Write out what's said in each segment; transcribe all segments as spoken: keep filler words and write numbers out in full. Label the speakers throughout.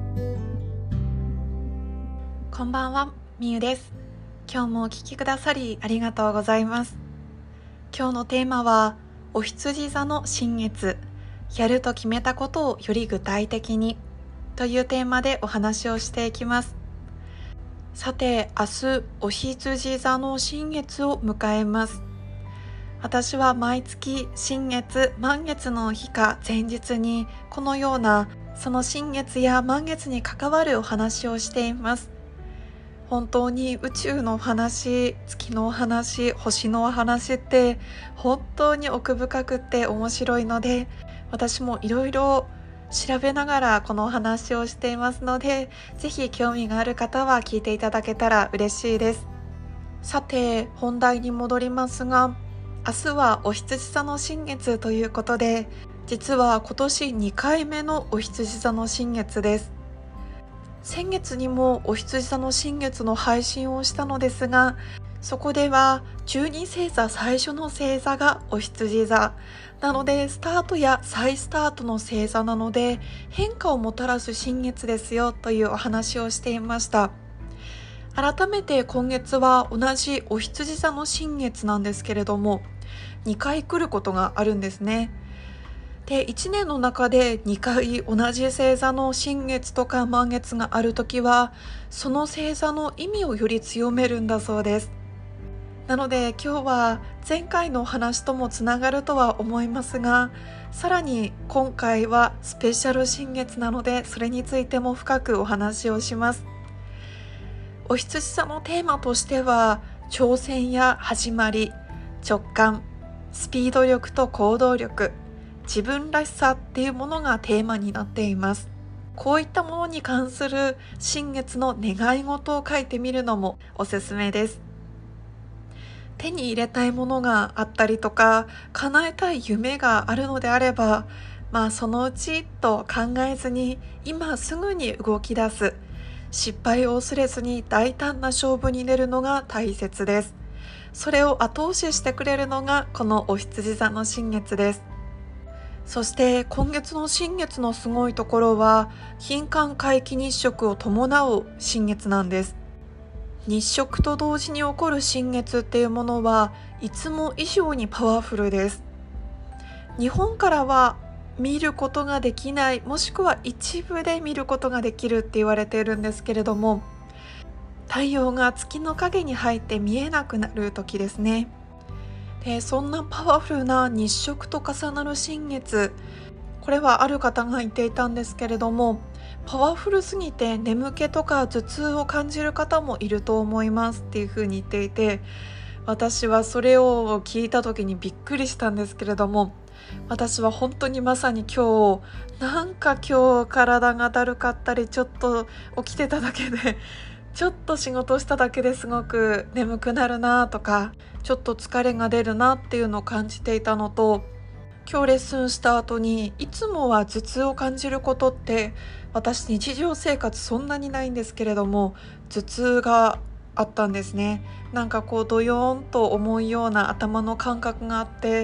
Speaker 1: こんばんは、みゆです。今日もお聞きくださりありがとうございます。今日のテーマは、お羊座の新月、やると決めたことをより具体的にというテーマでお話をしていきます。さて、明日、お羊座の新月を迎えます。私は毎月新月、満月の日か前日にこのようなその新月や満月に関わるお話をしています。本当に宇宙のお話、月のお話、星のお話って本当に奥深くって面白いので、私もいろいろ調べながらこのお話をしていますので、ぜひ興味がある方は聞いていただけたら嬉しいです。さて、本題に戻りますが、明日はお羊座の新月ということで、実は今年にかいめのお羊座の新月です。先月にもお羊座の新月の配信をしたのですが、そこではじゅうに星座最初の星座がお羊座なので、スタートや再スタートの星座なので変化をもたらす新月ですよというお話をしていました。改めて今月は同じお羊座の新月なんですけれども、にかい来ることがあるんですね。で、いちねんの中でにかい同じ星座の新月とか満月があるときは、その星座の意味をより強めるんだそうです。なので今日は前回のお話ともつながるとは思いますが、さらに今回はスペシャル新月なので、それについても深くお話をします。お羊座のテーマとしては、挑戦や始まり、直感、スピード力と行動力、自分らしさっていうものがテーマになっています。こういったものに関する新月の願い事を書いてみるのもおすすめです。手に入れたいものがあったりとか、叶えたい夢があるのであれば、まあそのうちと考えずに今すぐに動き出す。失敗を恐れずに大胆な勝負に出るのが大切です。それを後押ししてくれるのがこのお羊座の新月です。そして今月の新月のすごいところは、金環皆既日食を伴う新月なんです。日食と同時に起こる新月っていうものはいつも以上にパワフルです。日本からは見ることができない、もしくは一部で見ることができるって言われているんですけれども、太陽が月の影に入って見えなくなる時ですね。で、そんなパワフルな日食と重なる新月、これはある方が言っていたんですけれども、パワフルすぎて眠気とか頭痛を感じる方もいると思いますっていうふうに言っていて、私はそれを聞いた時にびっくりしたんですけれども、私は本当にまさに今日なんか今日体がだるかったり、ちょっと起きてただけでちょっと仕事しただけですごく眠くなるなとか、ちょっと疲れが出るなっていうのを感じていたのと、今日レッスンした後にいつもは頭痛を感じることって私日常生活そんなにないんですけれども、頭痛があったんですね。なんかこうドヨーンと重いような頭の感覚があって、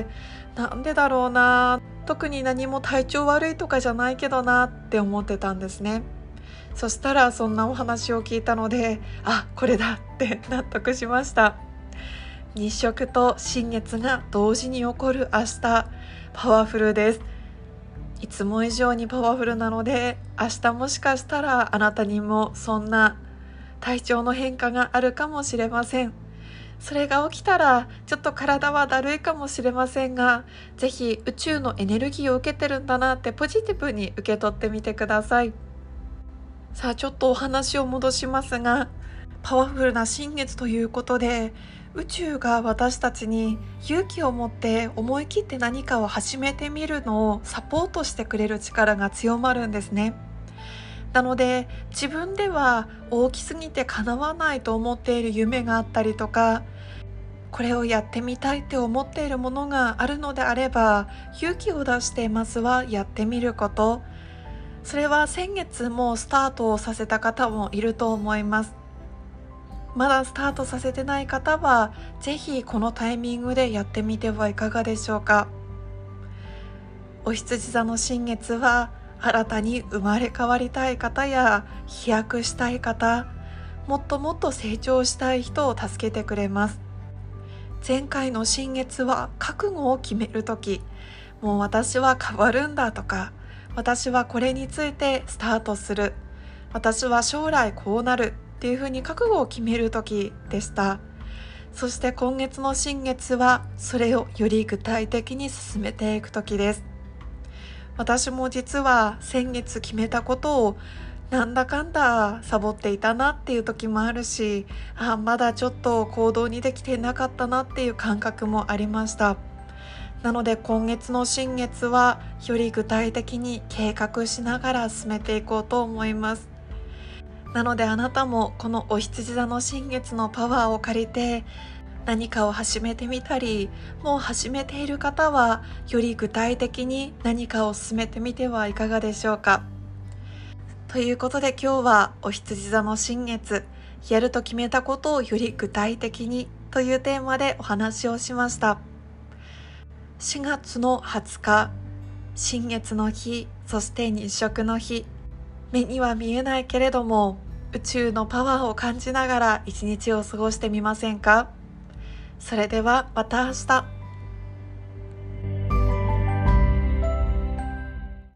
Speaker 1: なんでだろうな、特に何も体調悪いとかじゃないけどなって思ってたんですね。そしたらそんなお話を聞いたので、あ、これだって納得しました。日食と新月が同時に起こる明日、パワフルです。いつも以上にパワフルなので、明日もしかしたらあなたにもそんな体調の変化があるかもしれません。それが起きたらちょっと体はだるいかもしれませんが、ぜひ宇宙のエネルギーを受けてるんだなってポジティブに受け取ってみてください。さあ、ちょっとお話を戻しますが、パワフルな新月ということで、宇宙が私たちに勇気を持って思い切って何かを始めてみるのをサポートしてくれる力が強まるんですね。なので、自分では大きすぎて叶わないと思っている夢があったりとか、これをやってみたいって思っているものがあるのであれば、勇気を出してまずはやってみること。それは先月もスタートをさせた方もいると思います。まだスタートさせてない方は、ぜひこのタイミングでやってみてはいかがでしょうか。お羊座の新月は新たに生まれ変わりたい方や飛躍したい方、もっともっと成長したい人を助けてくれます。前回の新月は覚悟を決めるとき、もう私は変わるんだとか、私はこれについてスタートする、私は将来こうなるっていうふうに覚悟を決めるときでした。そして今月の新月はそれをより具体的に進めていくときです。私も実は先月決めたことをなんだかんだサボっていたなっていう時もあるし、あ、まだちょっと行動にできてなかったなっていう感覚もありました。なので今月の新月はより具体的に計画しながら進めていこうと思います。なのであなたもこのお羊座の新月のパワーを借りて何かを始めてみたり、もう始めている方はより具体的に何かを進めてみてはいかがでしょうか。ということで今日はお羊座の新月、やると決めたことをより具体的にというテーマでお話をしました。しがつのはつか、新月の日、そして日食の日、目には見えないけれども宇宙のパワーを感じながら一日を過ごしてみませんか。それではまた明日。